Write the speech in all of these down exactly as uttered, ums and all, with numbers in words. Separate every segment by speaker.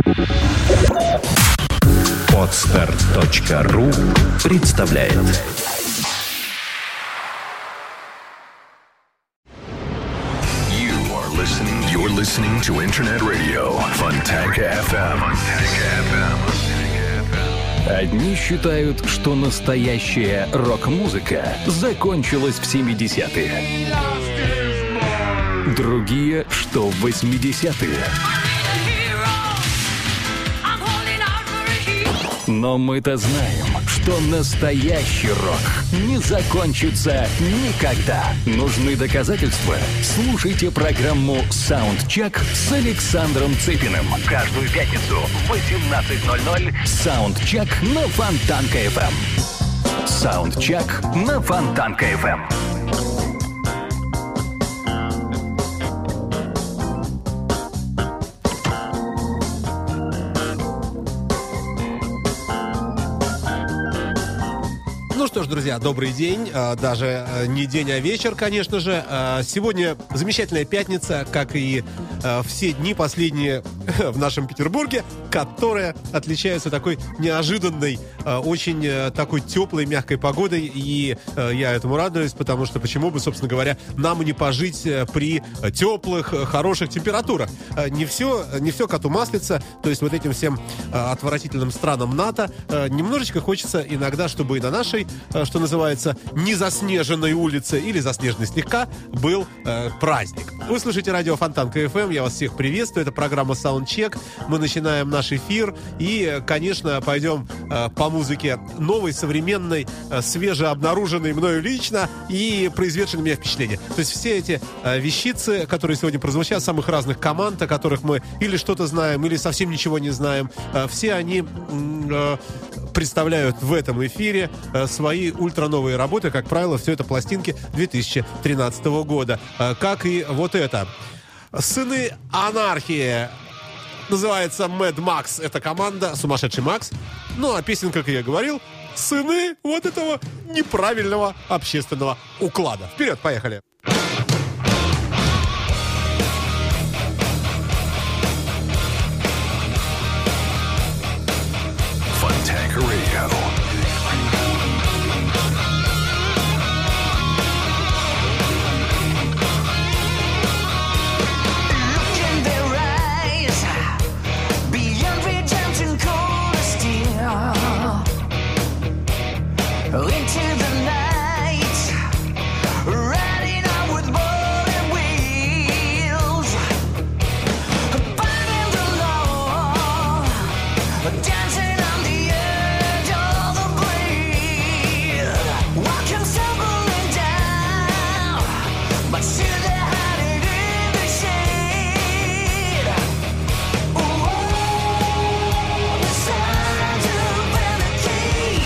Speaker 1: Подстер точка ру представляет.
Speaker 2: You are listening. You're listening to Internet Radio Fontanka эф эм.
Speaker 1: Одни считают, что настоящая рок-музыка закончилась в семидесятые. Другие, что в восьмидесятые. Но мы-то знаем, что настоящий рок не закончится никогда. Нужны доказательства? Слушайте программу «Саундчек» с Александром Цыпиным. Каждую пятницу в восемнадцать ноль ноль «Саундчек» на Фонтанка эф эм. «Саундчек» на Фонтанка эф эм.
Speaker 3: Ну что ж, друзья, добрый день. Даже не день, а вечер, конечно же. Сегодня замечательная пятница, как и все дни последние в нашем Петербурге, которые отличаются такой неожиданной, очень такой теплой, мягкой погодой. И я этому радуюсь, потому что почему бы, собственно говоря, нам и не пожить при теплых, хороших температурах. Не все, не все коту маслица, то есть вот этим всем отвратительным странам НАТО немножечко хочется иногда, чтобы и на нашей, что называется, незаснеженной улице или заснеженной слегка был э, праздник. Вы слушаете радио Фонтанка эф эм, я вас всех приветствую, это программа Soundcheck. Мы начинаем наш эфир и, конечно, пойдем э, по музыке новой, современной, э, свежеобнаруженной мною лично и произведшей на меня впечатление. То есть все эти э, вещицы, которые сегодня прозвучат, самых разных команд, о которых мы или что-то знаем, или совсем ничего не знаем, э, все они э, представляют в этом эфире э, свои ультра-новые работы. Как правило, все это пластинки две тысячи тринадцатого года. Э, как и вот это. «Сыны анархии». Называется Mad Max. Это команда «Сумасшедший Макс». Ну, а песенка, как я говорил, сыны вот этого неправильного общественного уклада. Вперед, поехали!
Speaker 2: Fontanka Radio.
Speaker 4: Into the night, riding out with rolling wheels, burning the law, dancing on the edge of the blade, walking stumbling down, but still they had it in the shade. Ooh, the sound of anarchy.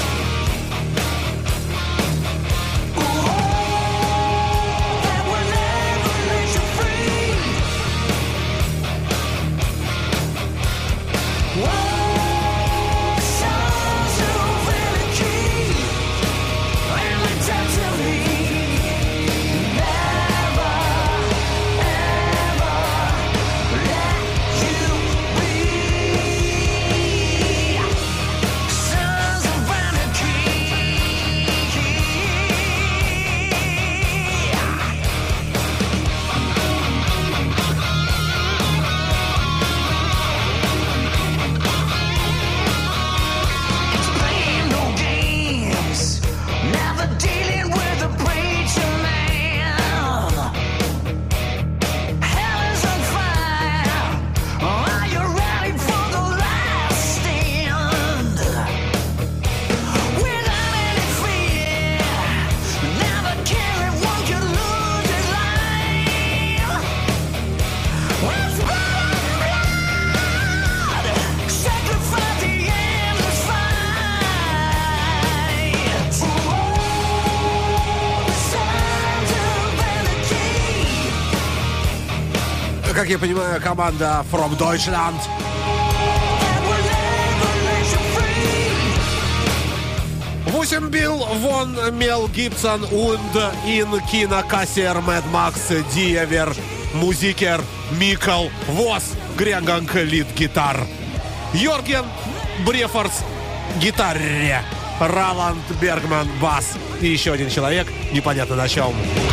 Speaker 3: Как я понимаю, команда From Deutschland. Восемь бил вон Мел Гибсон und in Kinokasser Mad Max Diever Musiker Mikkel Voss. Грянганг лид-гитар. Йорген Брефорс гитаре. Роланд Бергман бас. И еще один человек, непонятно на чем.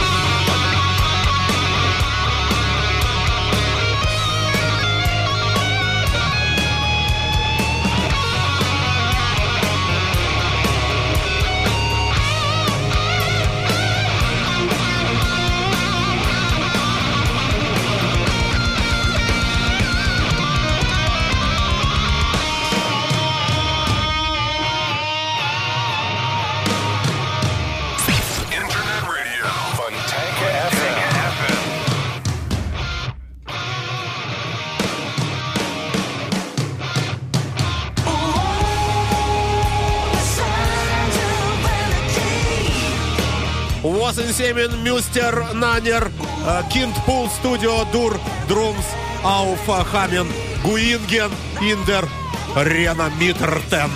Speaker 2: Internet radio. Fontanka эф эм.
Speaker 3: восемь семь Мюстер Нанер, Кинд Пул Студио Дур Друмс Ауфа Хамен Гуинген Индер Рена Миттертен.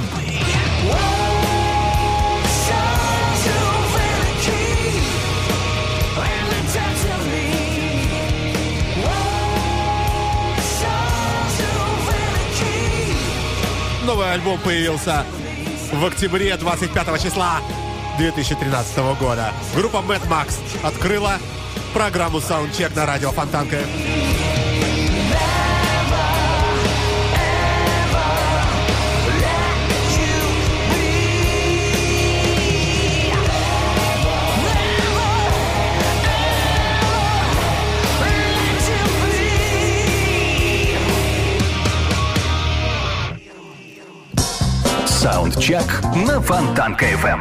Speaker 3: Новый альбом появился в октябре двадцать пятого числа две тысячи тринадцатого года. Группа Mad Max открыла программу Soundcheck на радио Фонтанка.
Speaker 1: Саундчек на Фонтанка эф эм.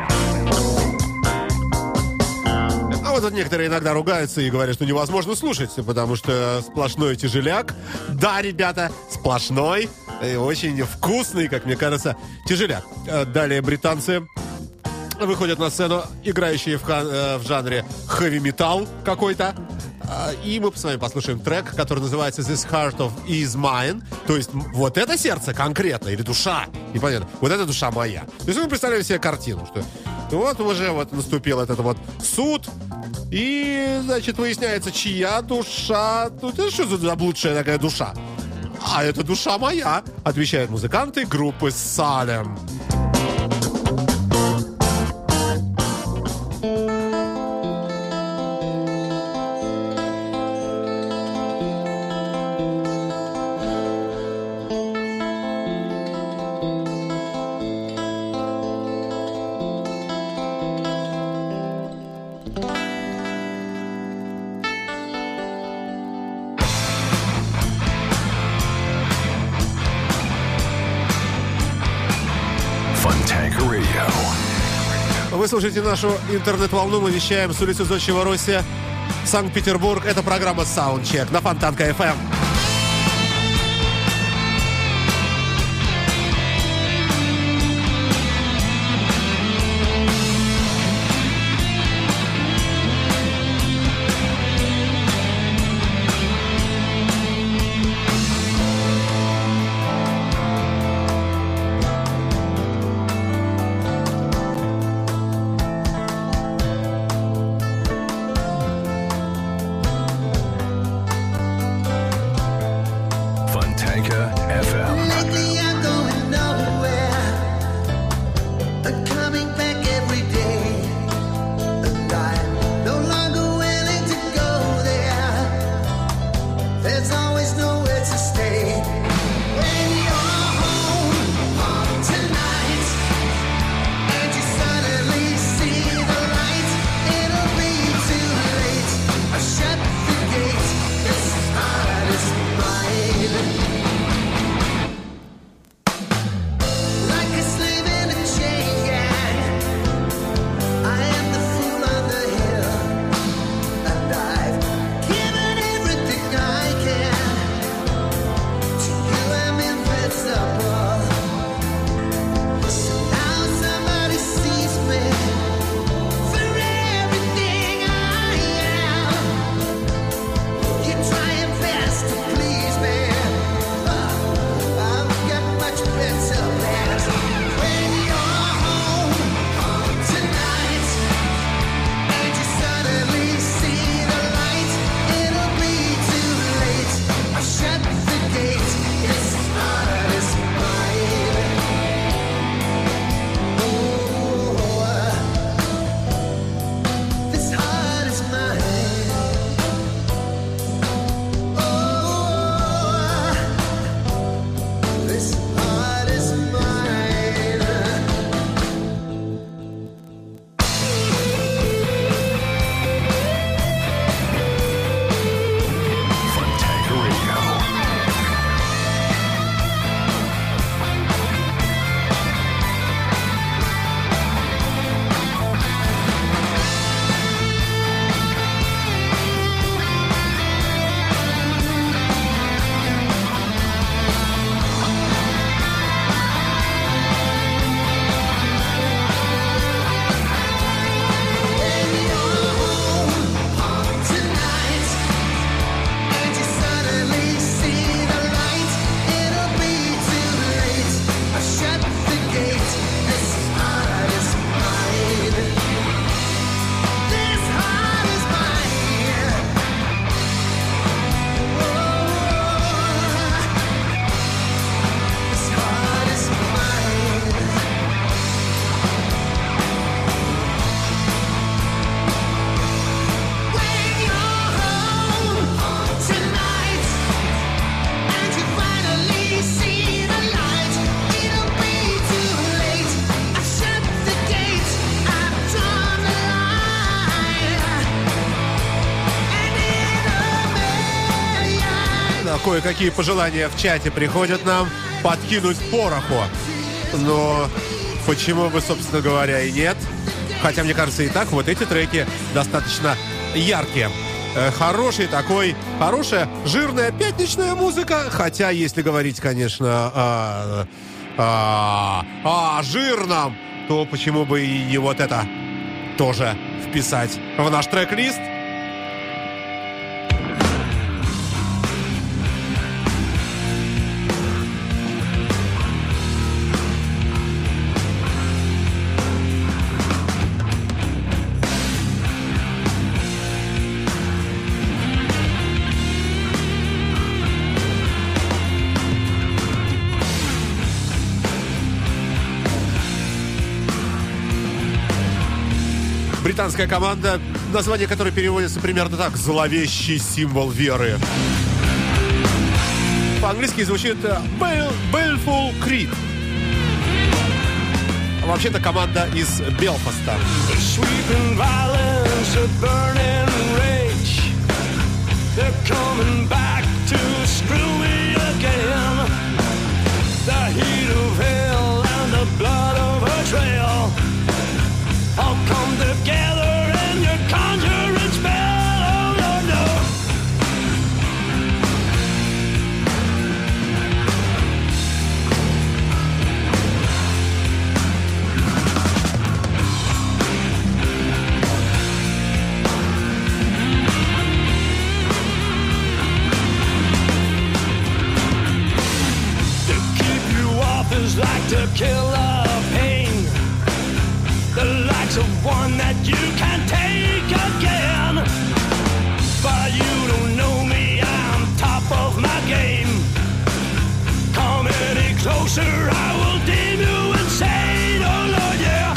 Speaker 3: А вот тут некоторые иногда ругаются и говорят, что невозможно слушать, потому что сплошной тяжеляк. Да, ребята, сплошной и очень вкусный, как мне кажется, тяжеляк. Далее британцы выходят на сцену, играющие в, ха- в жанре хэви-металл какой-то. И мы с вами послушаем трек, который называется This Heart of Is Mine. То есть вот это сердце конкретно, или душа, непонятно. Вот эта душа моя. То есть мы представляем себе картину, что вот уже вот наступил этот вот суд, и, значит, выясняется, чья душа. Ну, это что за заблудшая такая душа? А это душа моя, отвечают музыканты группы Салем.
Speaker 2: Fontanka Radio.
Speaker 3: Вы слушаете нашу интернет-волну, мы вещаем с улицы Зодчего Россия, Санкт-Петербург. Это программа Soundcheck на Фонтанка эф эм. кое-какие пожелания в чате приходят нам подкинуть пороху. Но почему бы, собственно говоря, и нет? Хотя, мне кажется, и так вот эти треки достаточно яркие. Э, Хороший такой, хорошая, жирная пятничная музыка. Хотя, если говорить, конечно, о, о, о жирном, то почему бы и не вот это тоже вписать в наш трек-лист? Британская команда, название которой переводится примерно так: «Зловещий символ веры». По-английски звучит Bal- Baleful Creed. Вообще-то команда из Белфаста.
Speaker 4: All come together in your conjuring spell. Oh, no, no. To keep you off is like to kill a pain. The likes of one that you can't take again. But you don't know me, I'm top of my game. Come any closer, I will deem you insane. Oh Lord, yeah.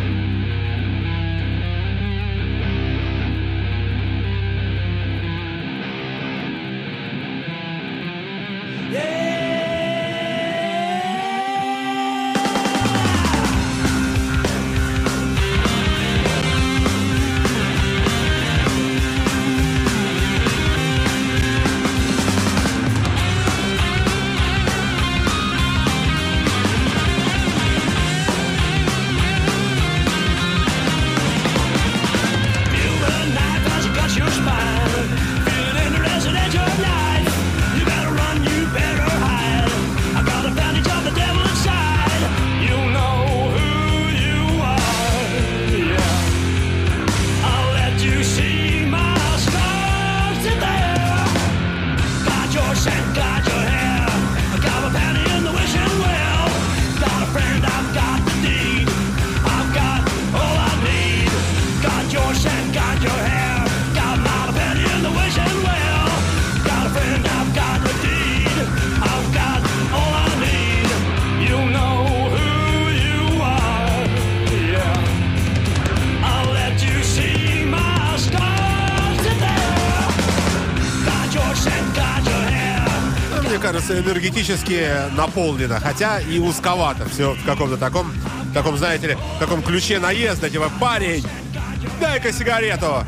Speaker 3: Кажется, энергетически наполнено, хотя и узковато. Все в каком-то таком, таком, знаете ли, таком ключе наезда, типа: парень, дай-ка сигарету.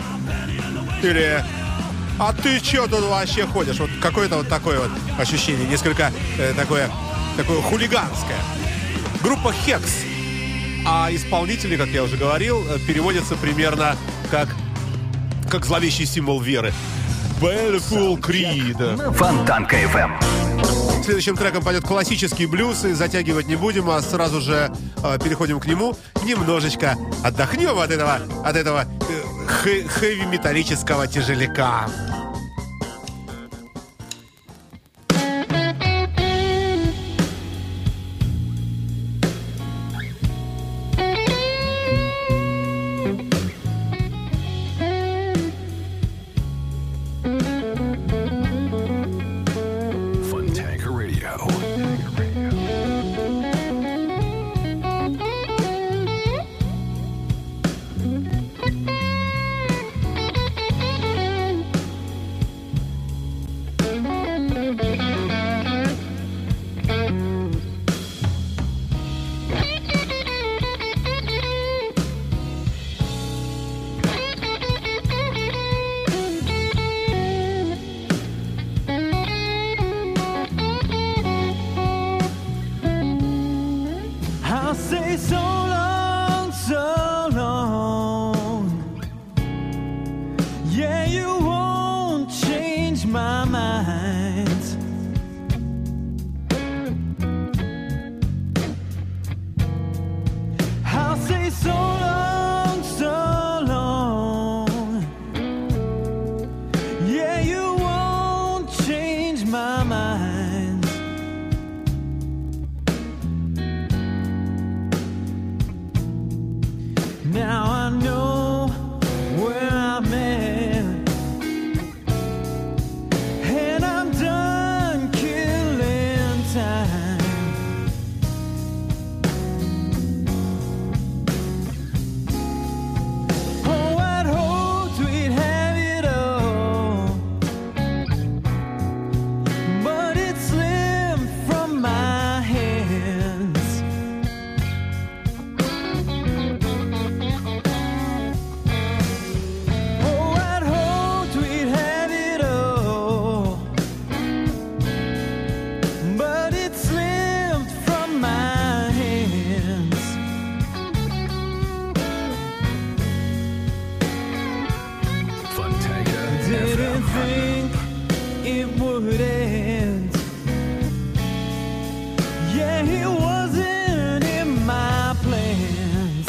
Speaker 3: Или: а ты че тут вообще ходишь? Вот какое-то вот такое вот ощущение, несколько э, такое, такое хулиганское. Группа Hex. А исполнители, как я уже говорил, переводятся примерно как, как зловещий символ веры. Baleful Creed.
Speaker 1: Фонтанка эф эм.
Speaker 3: Следующим треком пойдет классический блюз, и затягивать не будем, а сразу же э, переходим к нему. Немножечко отдохнем от этого, от этого э, хэви-металлического тяжеляка.
Speaker 4: he wasn't in my plans.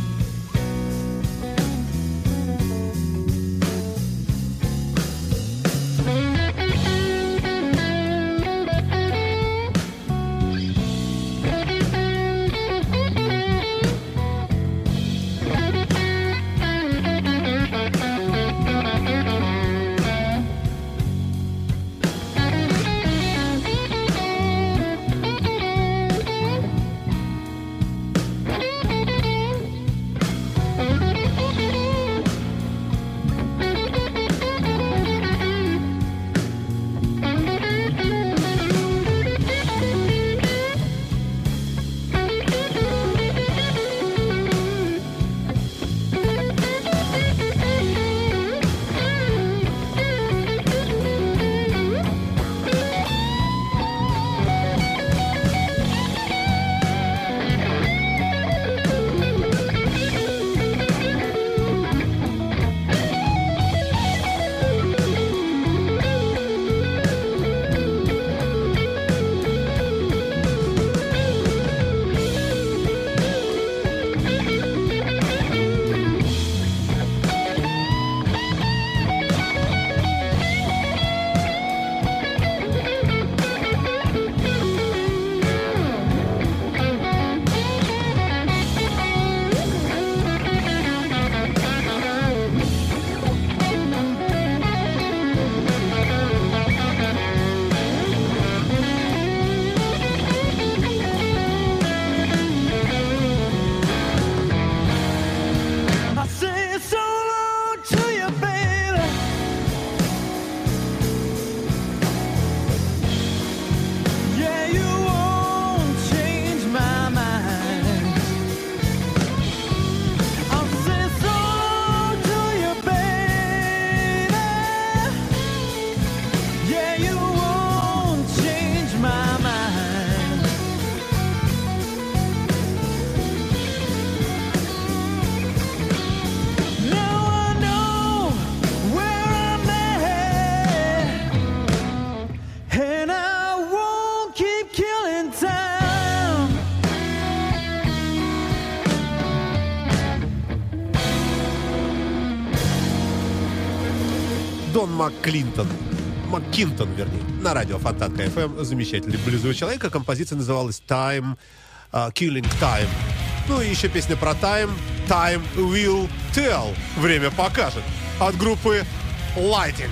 Speaker 3: Дон МакКлинтон. МакКинтон, вернее, на радио Фонтанка эф эм. Замечательный блюзовый человек. А композиция называлась Time, uh, Killing Time. Ну и еще песня про Time. Time Will Tell. Время покажет. От группы Lighting.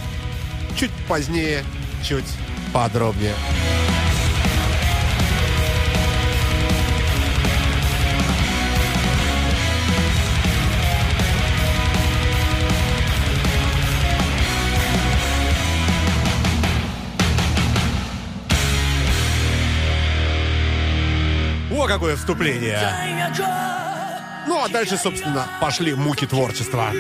Speaker 3: Чуть позднее, чуть подробнее. О, какое вступление! Ну, а дальше, собственно, пошли муки творчества.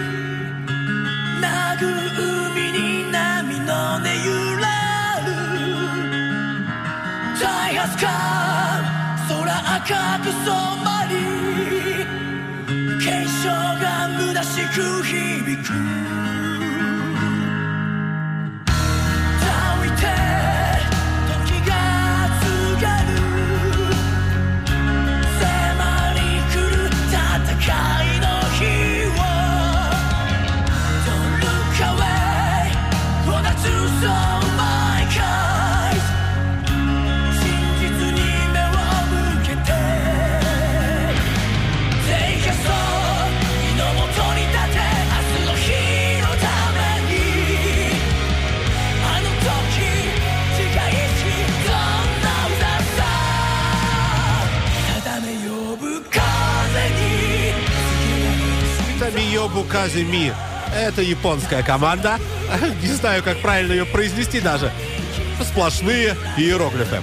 Speaker 3: Тамиёбу Казими. Это японская команда. Не знаю, как правильно ее произнести даже. Сплошные иероглифы.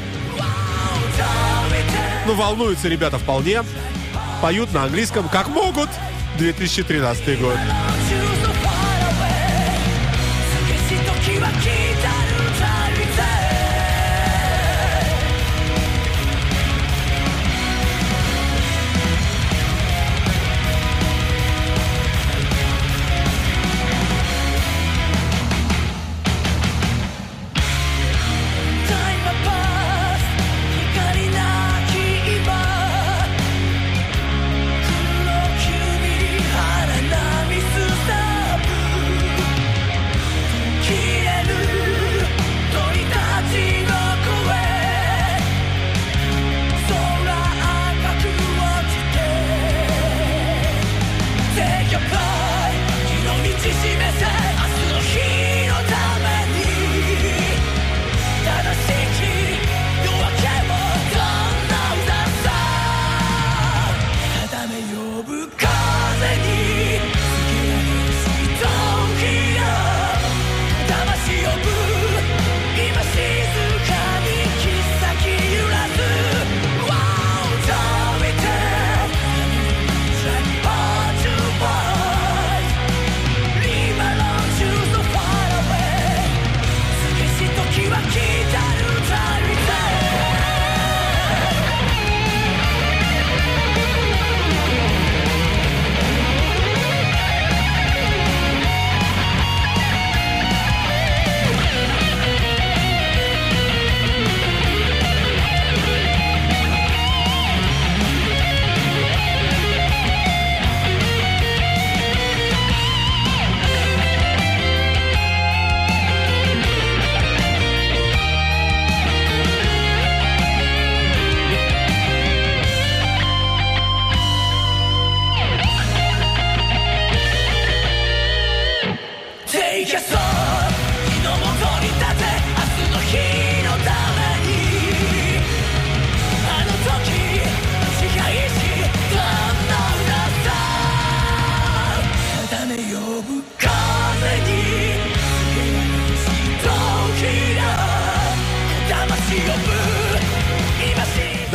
Speaker 3: Ну, волнуются ребята вполне. Поют на английском как могут. две тысячи тринадцатый год.
Speaker 4: Time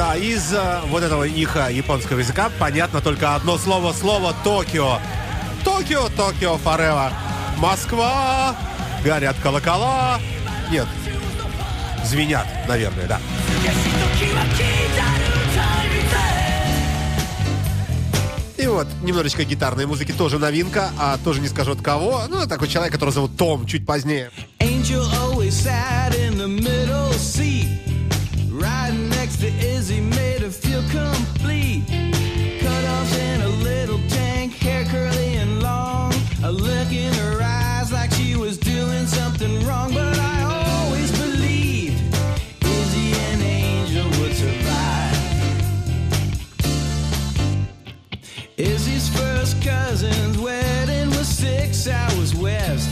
Speaker 3: Да, из uh, вот этого их uh, японского языка понятно только одно слово, слово Токио. Токио, Токио, forever. Москва, горят колокола. Нет, звенят, наверное, да. И вот, немножечко гитарной музыки, тоже новинка, а тоже не скажу от кого. Ну, такой человек, которого зовут Том, чуть позднее.
Speaker 4: Angel always sat in the middle seat, right next to Izzy, made her feel complete. Cut off in a little tank, hair curly and long, a look in her eyes like she was doing something wrong. But I always believed Izzy and Angel would survive. Izzy's first cousin's wedding was six hours west.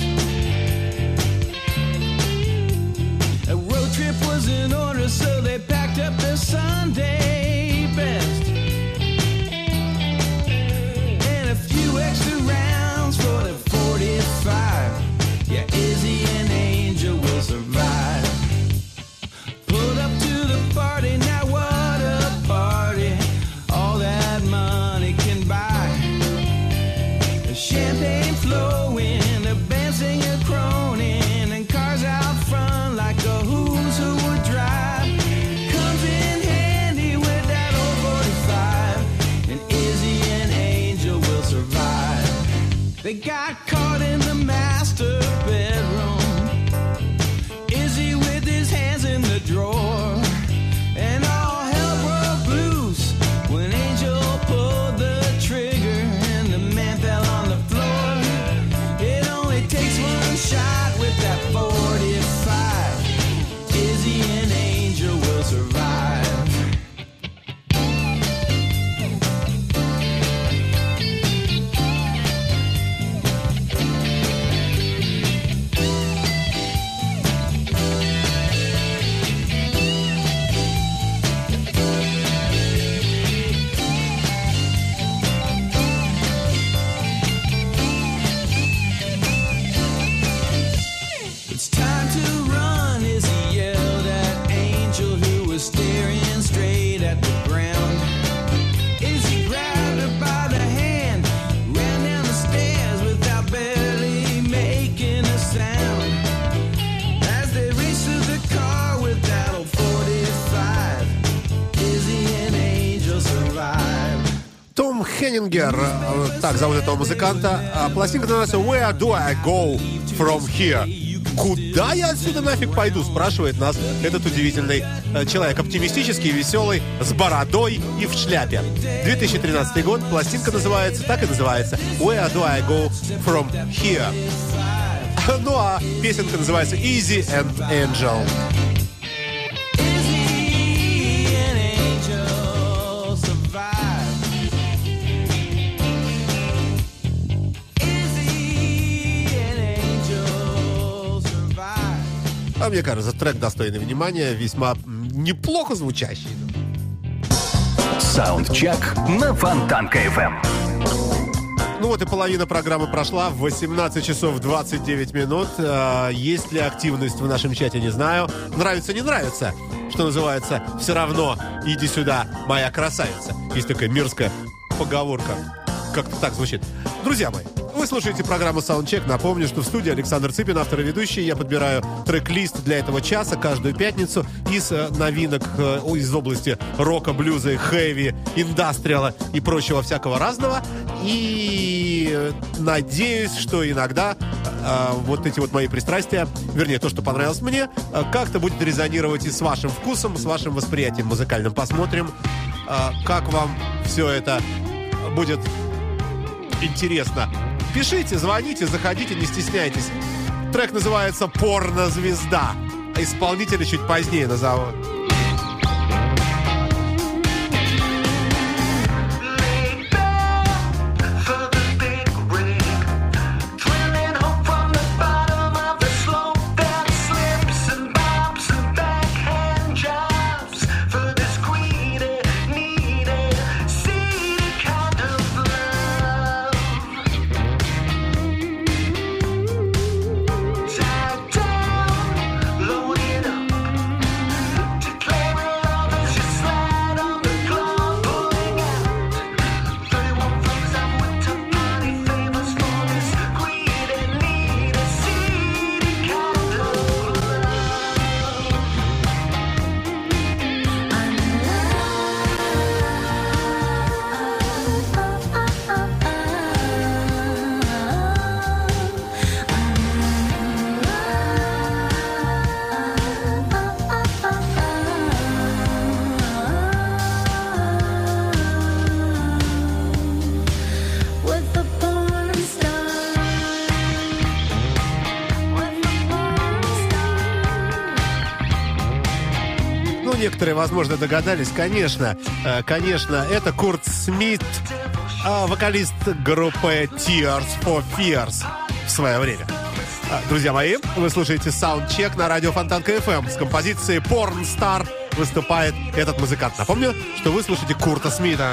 Speaker 4: A road trip was in order, so they packed up their Sunday best and a few extra rounds for the forty-five. Yeah, Izzy and Angel will survive. Pulled up to the party, now what a party. All that money can buy. The champagne flowing, the band singing, croning, and cars out front like a who's who would drive. Comes in handy with that old forty-five, and Izzy and Angel will survive. They got caught in the master bedroom, Izzy with his hands in the drawer, and all hell broke loose when Angel pulled the trigger and the man fell on the floor. It only takes one shot with that forty-five. Izzy and Angel will survive. It's time to run, Izzy yelled at Angel, who was staring straight at the ground. Izzy grabbed her by the hand, ran down the stairs without barely making a sound. As they raced to the car with that old forty-five, Izzy and Angel survived.
Speaker 3: Том Хеннингер, э, так зовут этого музыканта. А пластинка называется «Where do I go from here?» Куда я отсюда нафиг пойду, спрашивает нас этот удивительный э, человек. Оптимистический, веселый, с бородой и в шляпе. две тысячи тринадцатый год, пластинка называется, так и называется, «Where do I go from here?» Ну а песенка называется «Easy and Angel».
Speaker 4: Izzy and Angel survive. Izzy and Angel survive.
Speaker 3: А мне кажется, трек достойный внимания, весьма м, неплохо звучащий.
Speaker 1: Саундчек на Фонтанка эф эм.
Speaker 3: Ну вот и половина программы прошла. В восемнадцать часов двадцать девять минут. Э, есть ли активность в нашем чате, не знаю. Нравится, не нравится. Что называется, все равно иди сюда, моя красавица. Есть такая мерзкая поговорка. Как-то так звучит. Друзья мои, вы слушаете программу Soundcheck. Напомню, что в студии Александр Цыпин, автор и ведущий. Я подбираю трек-лист для этого часа каждую пятницу из э, новинок э, из области рока, блюза, хэви, индастриала и прочего всякого разного. И э, надеюсь, что иногда э, вот эти вот мои пристрастия, вернее, то, что понравилось мне, э, как-то будет резонировать и с вашим вкусом, с вашим восприятием музыкальным. Посмотрим, э, как вам все это будет интересно. Пишите, звоните, заходите, не стесняйтесь. Трек называется «Порнозвезда». Исполнителя чуть позднее назовут.
Speaker 4: Load it up.
Speaker 3: некоторые, возможно, догадались. Конечно, конечно, это Курт Смит, вокалист группы Tears for Fears в свое время. Друзья мои, вы слушаете Soundcheck на радио Фонтанка эф эм. С композицией Porn Star выступает этот музыкант. Напомню, что вы слушаете Курта Смита.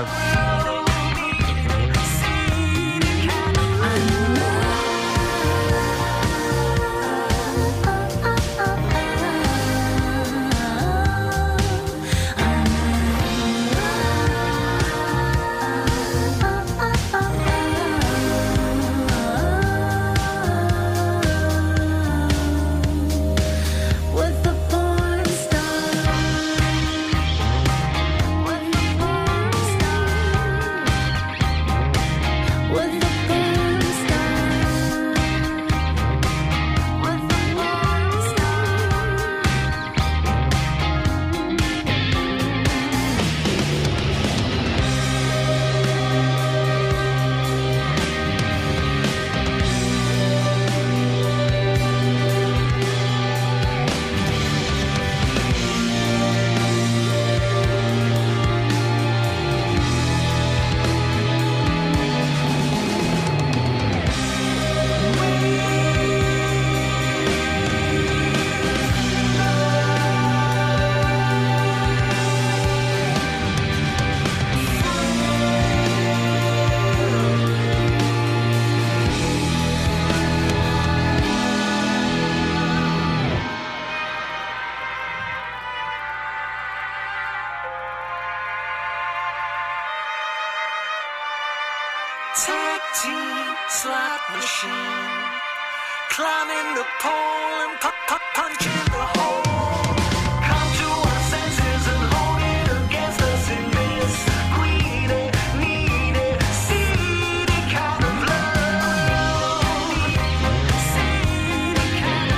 Speaker 4: Tag team slot machine, climbing the pole and pu- pu- punching the hole. Come to our senses and hold it against us in this greedy, needy, seedy kind of love. Seedy kind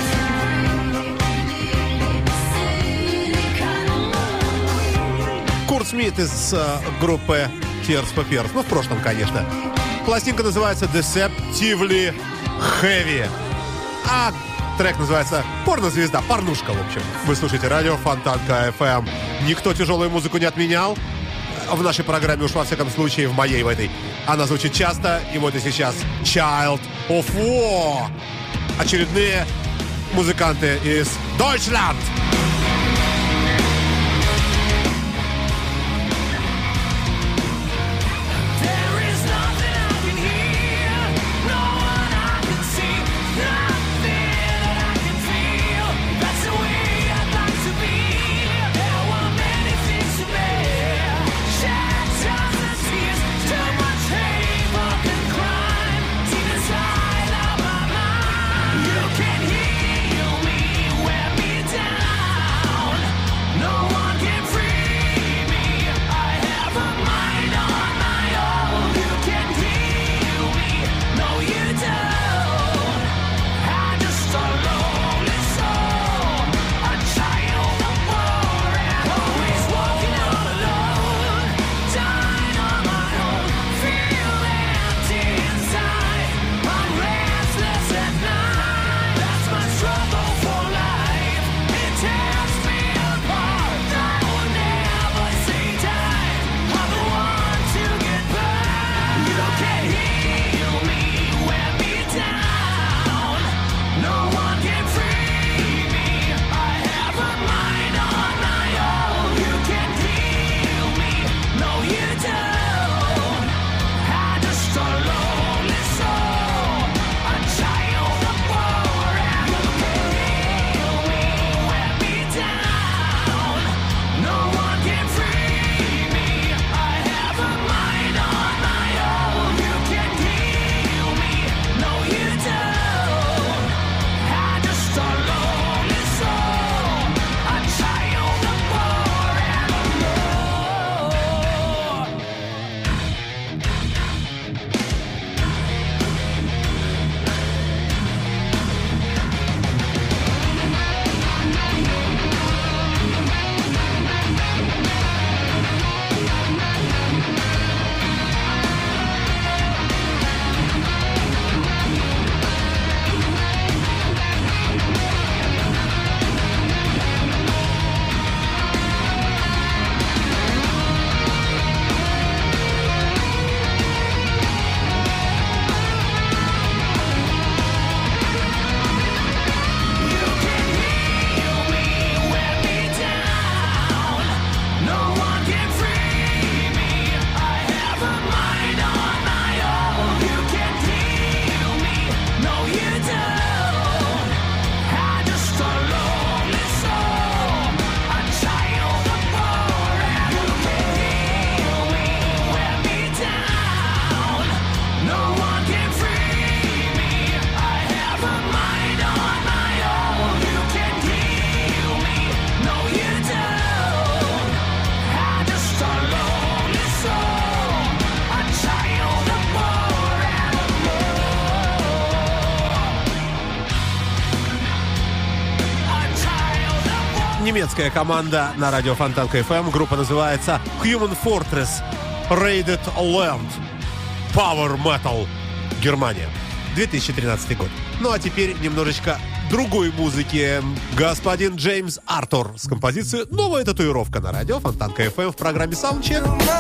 Speaker 4: of love.
Speaker 3: Курт Смит из э, группы Tears for Fears. Ну, в прошлом, конечно. Пластинка называется Deceptively Heavy. А трек называется «Порнозвезда», «Порнушка», в общем. Вы слушаете радио Фонтанка эф эм. Никто тяжелую музыку не отменял. В нашей программе, уж во всяком случае, в моей, в этой. Она звучит часто. И вот и сейчас Child of War. Очередные музыканты из Deutschland.
Speaker 4: You can heal me, wear me down.
Speaker 3: Немецкая команда на радио Фонтанка эф эм. Группа называется Human Fortress Raided Land. Power Metal. Германия. две тысячи тринадцатый год. Ну а теперь немножечко другой музыки. Господин Джеймс Артур с композицией «Новая татуировка» на радио Фонтанка эф эм в программе Soundcheck.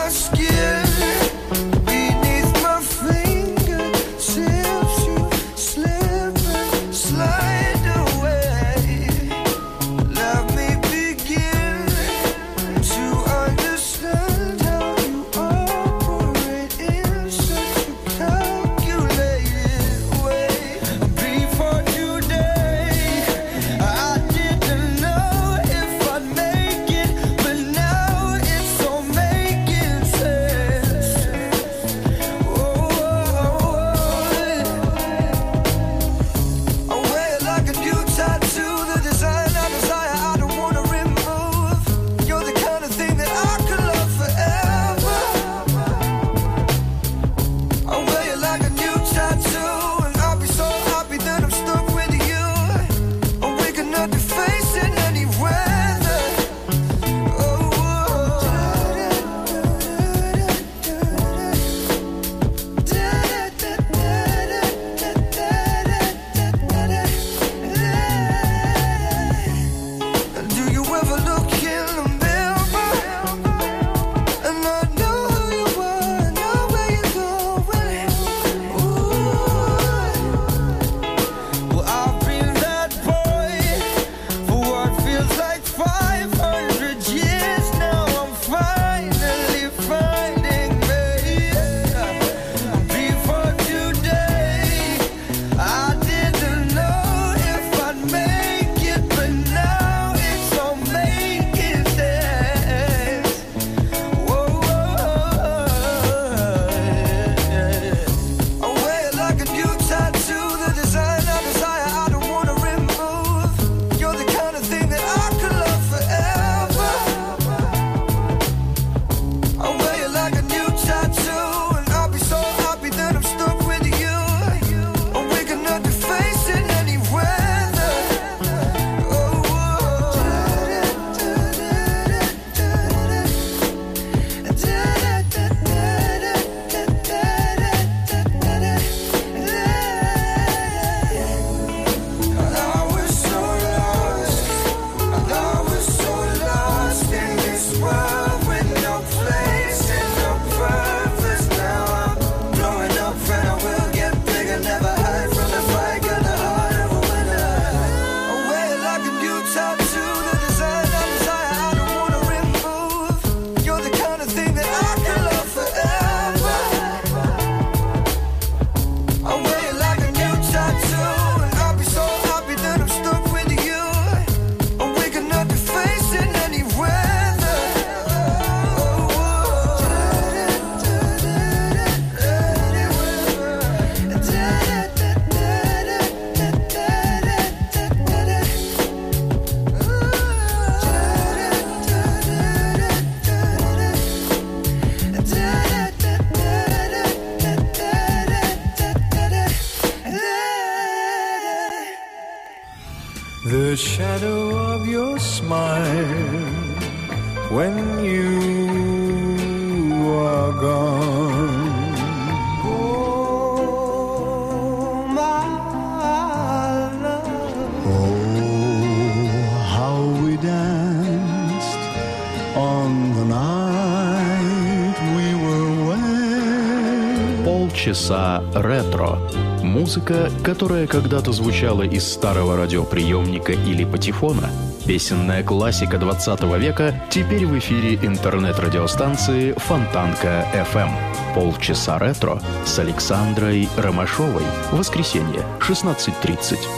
Speaker 5: The shadow of your smile when you are gone. Oh, my love. Oh, how we danced on the night we were wed.
Speaker 1: Полчаса ретро. Музыка, которая когда-то звучала из старого радиоприемника или патефона. Песенная классика двадцатого века теперь в эфире интернет-радиостанции Фонтанка эф эм. Полчаса ретро с Александрой Ромашовой. Воскресенье, шестнадцать тридцать.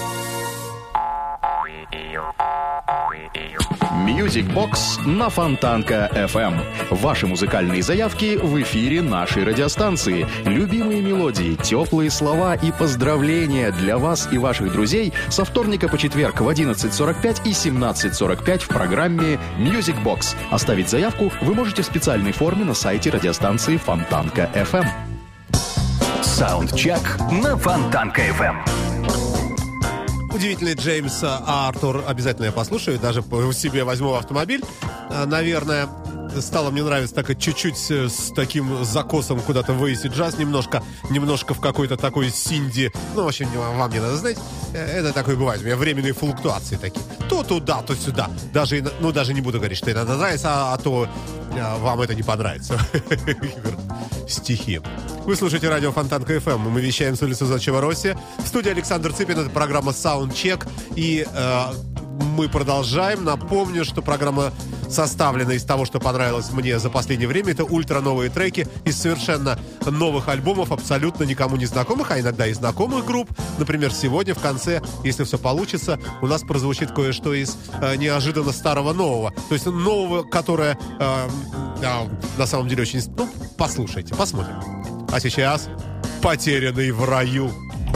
Speaker 1: Music Box на Фонтанка эф эм. Ваши музыкальные заявки в эфире нашей радиостанции. Любимые мелодии, теплые слова и поздравления для вас и ваших друзей со вторника по четверг в одиннадцать сорок пять и семнадцать сорок пять в программе Music Box. Оставить заявку вы можете в специальной форме на сайте радиостанции Фонтанка эф эм.
Speaker 2: Саундчек на Фонтанка эф эм.
Speaker 3: Удивительный Джеймс Артур. Обязательно я послушаю, даже себе возьму в автомобиль. Наверное, стало мне нравиться так чуть-чуть с таким закосом куда-то в эйси джаз, немножко, немножко в какой-то такой синди. Ну, в общем, вам не надо знать. Это такое бывает. У меня временные флуктуации такие. То туда, то сюда. Даже, ну, даже не буду говорить, что это нравится, а, а то а, вам это не понравится. Стихи. Вы слушаете радио Фонтанка эф эм. Мы вещаем с улицы Зодчего-Росси. В студии Александр Цыпин. Это программа Soundcheck. И э, мы продолжаем. Напомню, что программа составлена из того, что понравилось мне за последнее время. Это ультра новые треки из совершенно новых альбомов, абсолютно никому не знакомых, а иногда и знакомых групп. Например, сегодня в конце, если все получится, у нас прозвучит кое-что из э, неожиданно старого нового. То есть нового, которое э, э, на самом деле очень... Ну, послушайте, посмотрим. А сейчас «Потерянный в раю».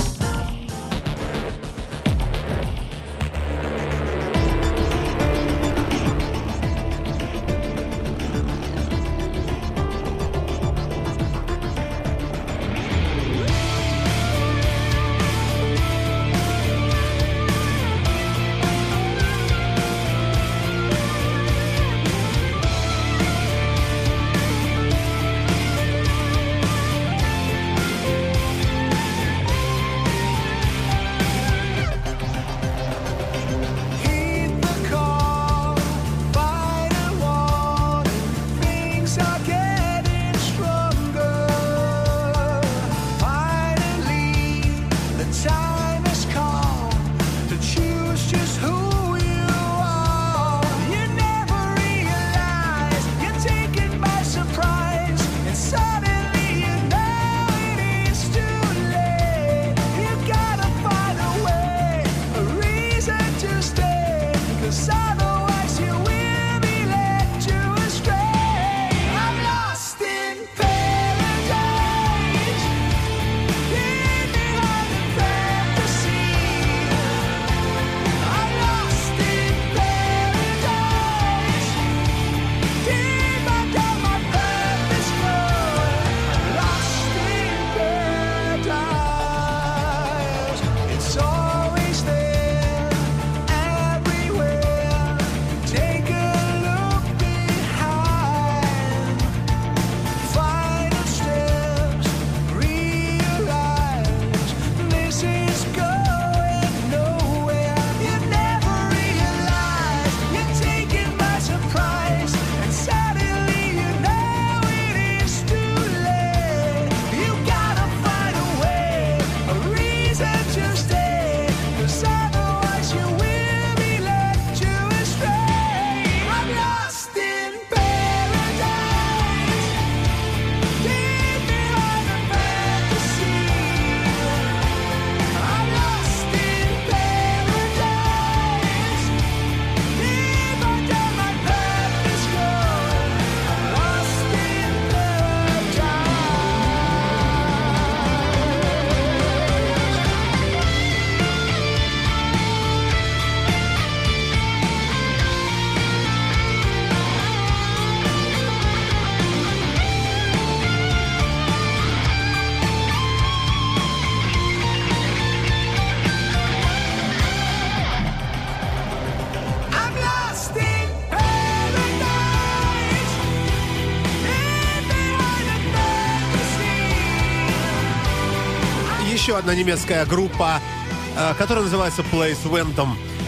Speaker 3: Еще одна немецкая группа, которая называется Place Wentham.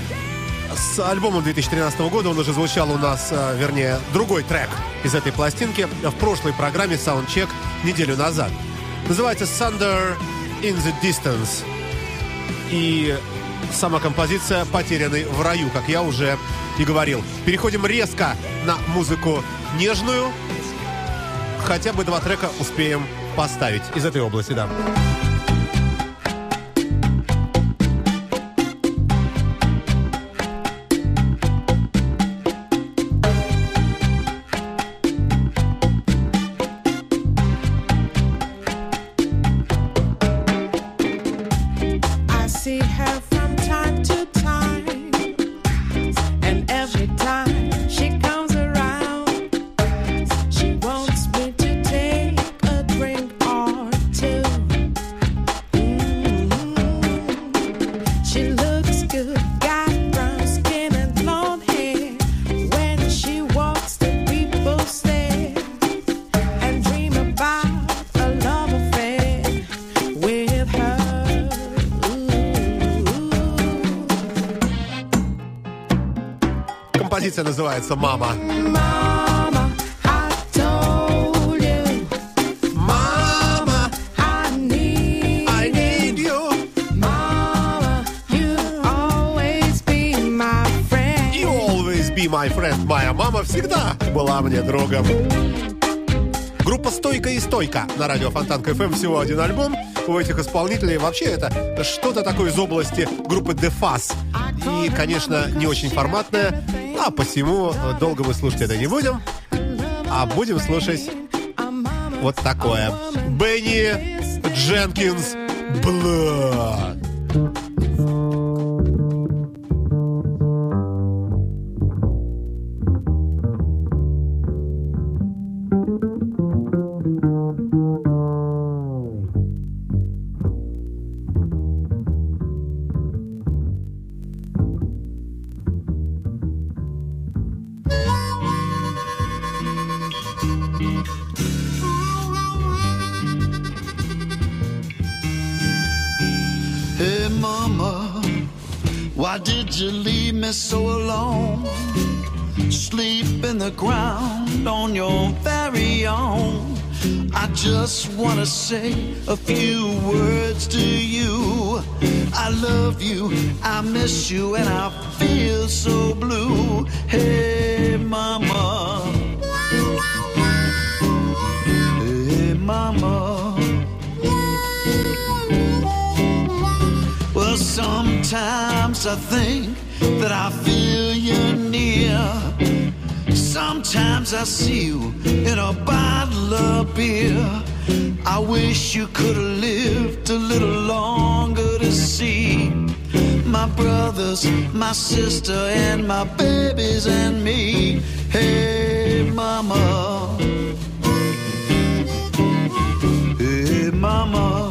Speaker 3: С альбомом две тысячи тринадцатого года он уже звучал у нас, вернее, другой трек из этой пластинки в прошлой программе Soundcheck неделю назад. Называется Thunder in the Distance. И сама композиция «Потерянный в раю», как я уже и говорил. Переходим резко на музыку нежную. Хотя бы два трека успеем поставить из этой области, да.
Speaker 6: She wants me to take a drink or two.
Speaker 3: Композиция называется «Мама».
Speaker 6: Mama, I told you.
Speaker 3: Мама,
Speaker 6: I need,
Speaker 3: I need you.
Speaker 6: Mama, you always be my friend.
Speaker 3: You always be my friend. Моя мама всегда была мне другом. Группа «Стойка и стойка» на радио Фонтан КФМ. Всего один альбом у этих исполнителей. Вообще это что-то такое из области группы The Fuzz. И, конечно, не очень форматная, а посему долго мы слушать это не будем, а будем слушать вот такое. Бенни Дженкинс «Blood».
Speaker 7: Hey mama, why did you leave me so alone? Sleep in the ground on your very own. I just wanna say a few words to you. I love you, I miss you, and I feel so blue. Hey mama, hey mama. Well, sometimes I think that I feel you near. Sometimes I see you in a bottle of beer. I wish you could have lived a little longer to see my brothers, my sister, and my babies and me. Hey, mama. Hey, mama.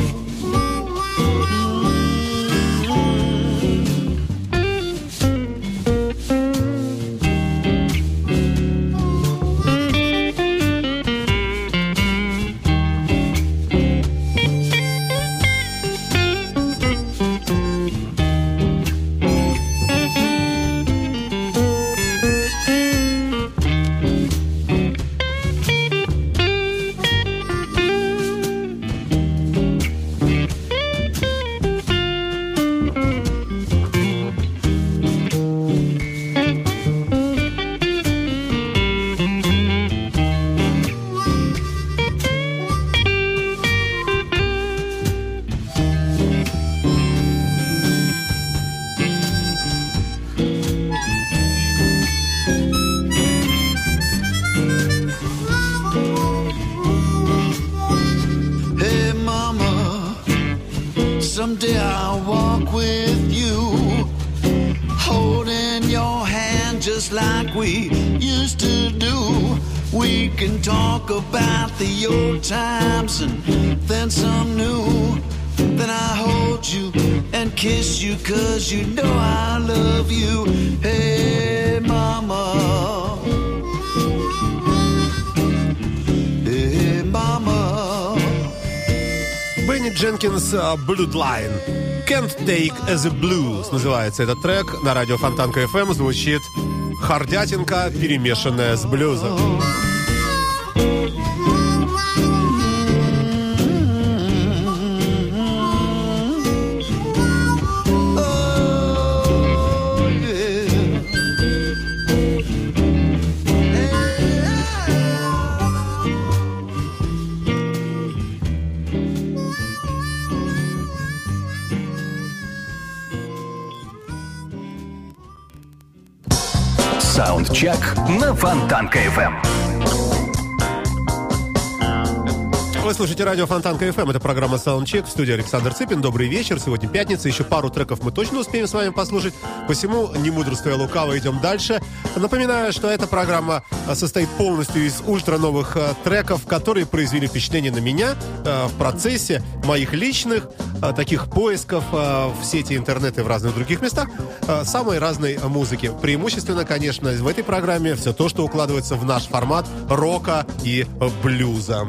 Speaker 7: Someday I'll walk with you, holding your hand just like we used to do. We can talk about the old times and then some new. Then I hold you and kiss you 'cause you know I love you. Hey mama, hey mama.
Speaker 3: Бенни Дженкинс «Bloodline». «Can't Take as a Blues» называется этот трек. На радио Фонтан КФМ звучит хардятинка, перемешанная с блюзом.
Speaker 1: Саундчек на Фонтан КФМ.
Speaker 3: Вы слушаете радио Фонтан КФМ. Это программа Soundcheck. В студии Александр Цыпин. Добрый вечер. Сегодня пятница. Еще пару треков мы точно успеем с вами послушать. Посему, не мудрствуя лукаво, идем дальше. Напоминаю, что эта программа состоит полностью из ультра новых треков, которые произвели впечатление на меня в процессе моих личных таких поисков в сети интернет и в разных других местах самой разной музыки. Преимущественно, конечно, в этой программе все то, что укладывается в наш формат рока и блюза.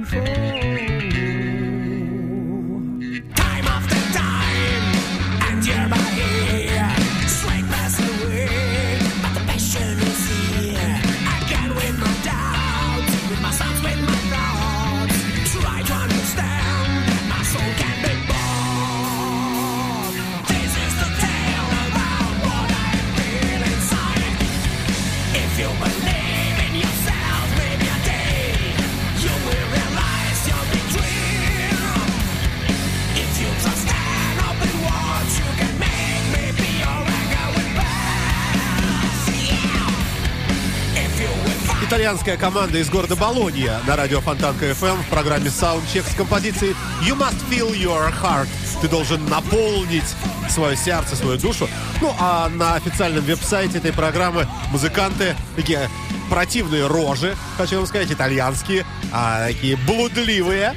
Speaker 4: Time after time, and you're by here. Sleep passes away, but the passion is here. Again with my doubts, with my sounds, with my thoughts. Try to understand that my soul can be born. This is the tale about what I feel inside. If you believe in yourself, maybe a day you will realize your dream. If you just stand up and watch, you can make me be your anger with bells. Yeah. If you will find
Speaker 3: Итальянская команда из города Болонья на радио Фонтанка эф эм в программе Soundcheck с композицией You Must Fill Your Heart. Ты должен наполнить свое сердце, свою душу. Ну, а на официальном веб-сайте этой программы музыканты, такие противные рожи, хочу вам сказать, итальянские, а, такие блудливые.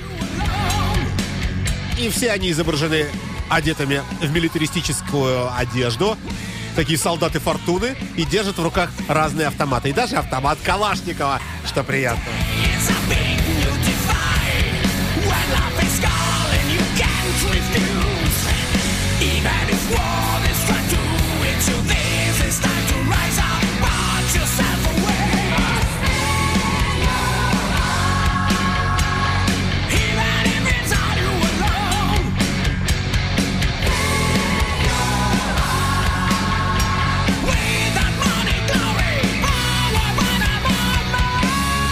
Speaker 3: И все они изображены одетыми в милитаристическую одежду. Такие солдаты фортуны. И держат в руках разные автоматы. И даже автомат Калашникова, что приятно.
Speaker 4: It's a big new divide. When life is calling, you can't refuse. Even if war is trying to into this, it's time to rise up, watch yourself away. Even if it's all you alone. With that money, glory, power, money, more, more.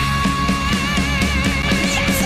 Speaker 4: Yes, I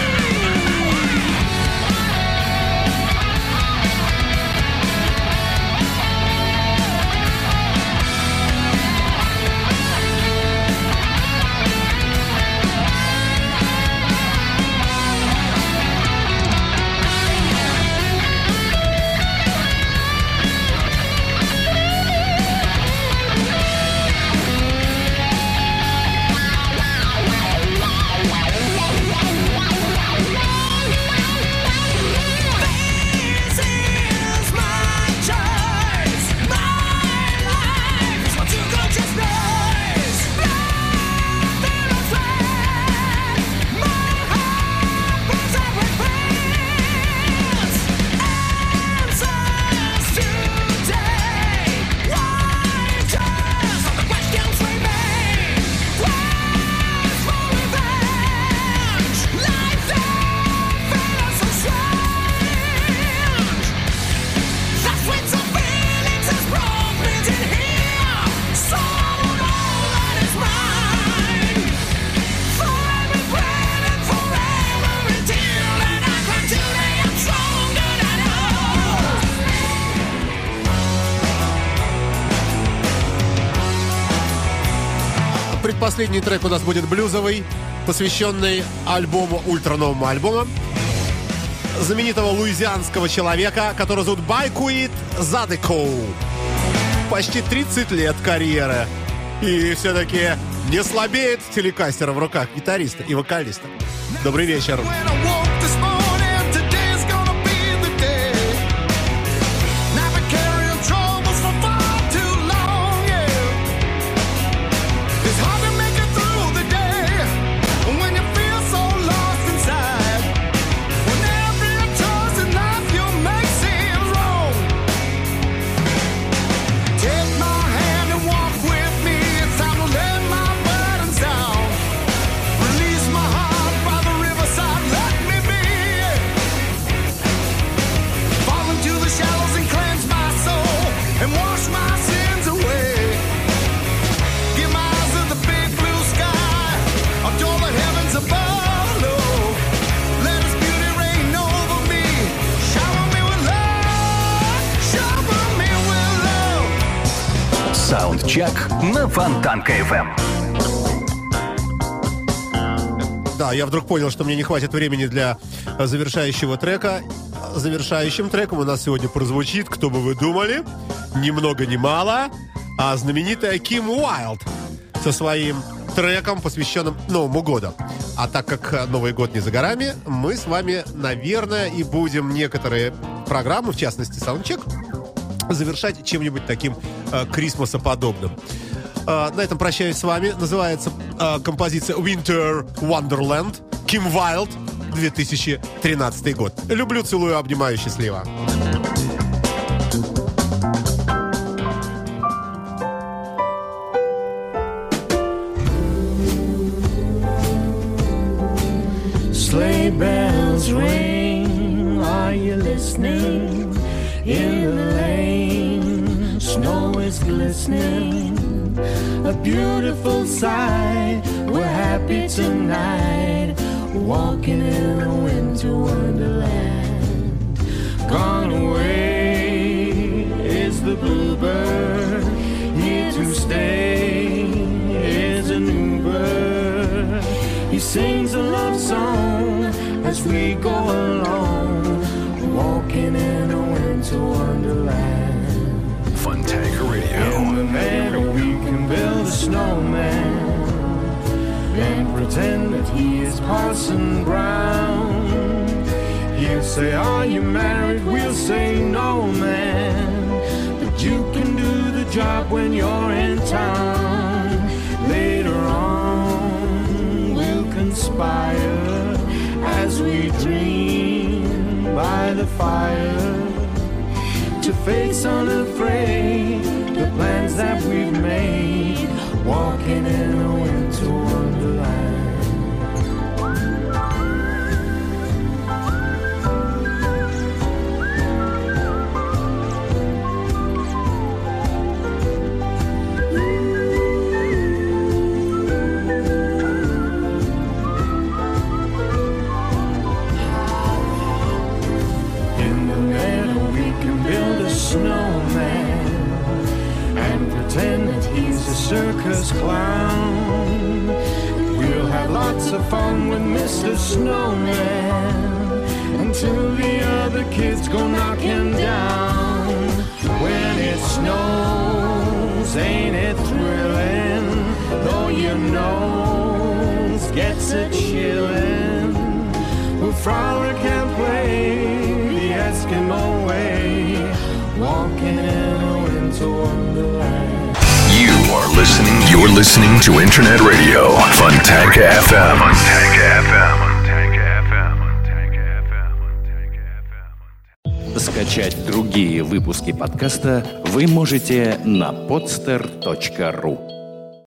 Speaker 4: This is my choice. My life is what you go just noise. Nothing to say. My heart burns up with praise. Answers today. Righteous are the questions we made. Quest for revenge. Life that feels so strange. That winds of feelings has brought me to here. So all that is mine. For every breath and for every tear that I cry today, I'm stronger than all.
Speaker 3: Предпоследний трек у нас будет блюзовый, посвященный альбому, ультра-новому альбому знаменитого луизианского человека, который зовут Байкуит Задеко. Почти тридцать лет карьеры. И все-таки не слабеет телекастера в руках гитариста и вокалиста. Добрый вечер.
Speaker 7: When I woke this morning, today's gonna be the day. I've been carrying troubles for far too long, yeah. It's hard to make it through the day when you feel so lost inside. When every choice in life you make seems wrong. Take my hand and walk with me. It's time to let my burdens down. Release my heart by the riverside. Let me be. Fall into the shallows and cleanse my soul and wash my sins away. Give my eyes to the big blue sky. Adore the heavens above. Lord. Let His beauty reign over me. Shower me with love. Shower me with love.
Speaker 1: Саундчек на Фонтанка эф эм.
Speaker 3: Да, я вдруг понял, что мне не хватит времени для э, завершающего трека. Завершающим треком у нас сегодня прозвучит, кто бы вы думали, ни много ни мало, а знаменитая Ким Уайлд со своим треком, посвященным Новому году. А так как Новый год не за горами, мы с вами, наверное, и будем некоторые программы, в частности, Soundcheck, завершать чем-нибудь таким э, крисмосоподобным. Э, на этом прощаюсь с вами. Называется э, композиция Winter Wonderland. Ким Уайлд. две тысячи тринадцатый год. Люблю, целую, обнимаю, счастливо.
Speaker 4: Sleigh bells ring, are you listening? In the lane, snow is glistening, a beautiful sight. We're happy tonight, walking in a winter wonderland. Gone away is the bluebird, here to stay is a new bird. He sings a love song as we go along, walking in a winter wonderland.
Speaker 2: Funtank Radio.
Speaker 4: In the meadow we can build a snowman and pretend that he is Parson Brown. He'll say, are you married? We'll say, no, man, but you can do the job when you're in town. Later on we'll conspire as we dream by the fire, to face unafraid the plans that we've made, walking in a winter wonderland. Snowman and pretend that he's a circus clown. We'll have lots of fun with Mister Snowman until the other kids go knock him down. When it snows, ain't it thrilling? Though your nose gets a chillin', we'll frolic and play the Eskimo way, walking in a winter wonderland.
Speaker 2: You are listening. You're listening to Internet Radio Funtank эф эм. Funtank эф эм. Funtank эф эм. Funtank эф эм. Funtank эф эм.
Speaker 1: Скачать другие выпуски подкаста вы можете на podster точка ру.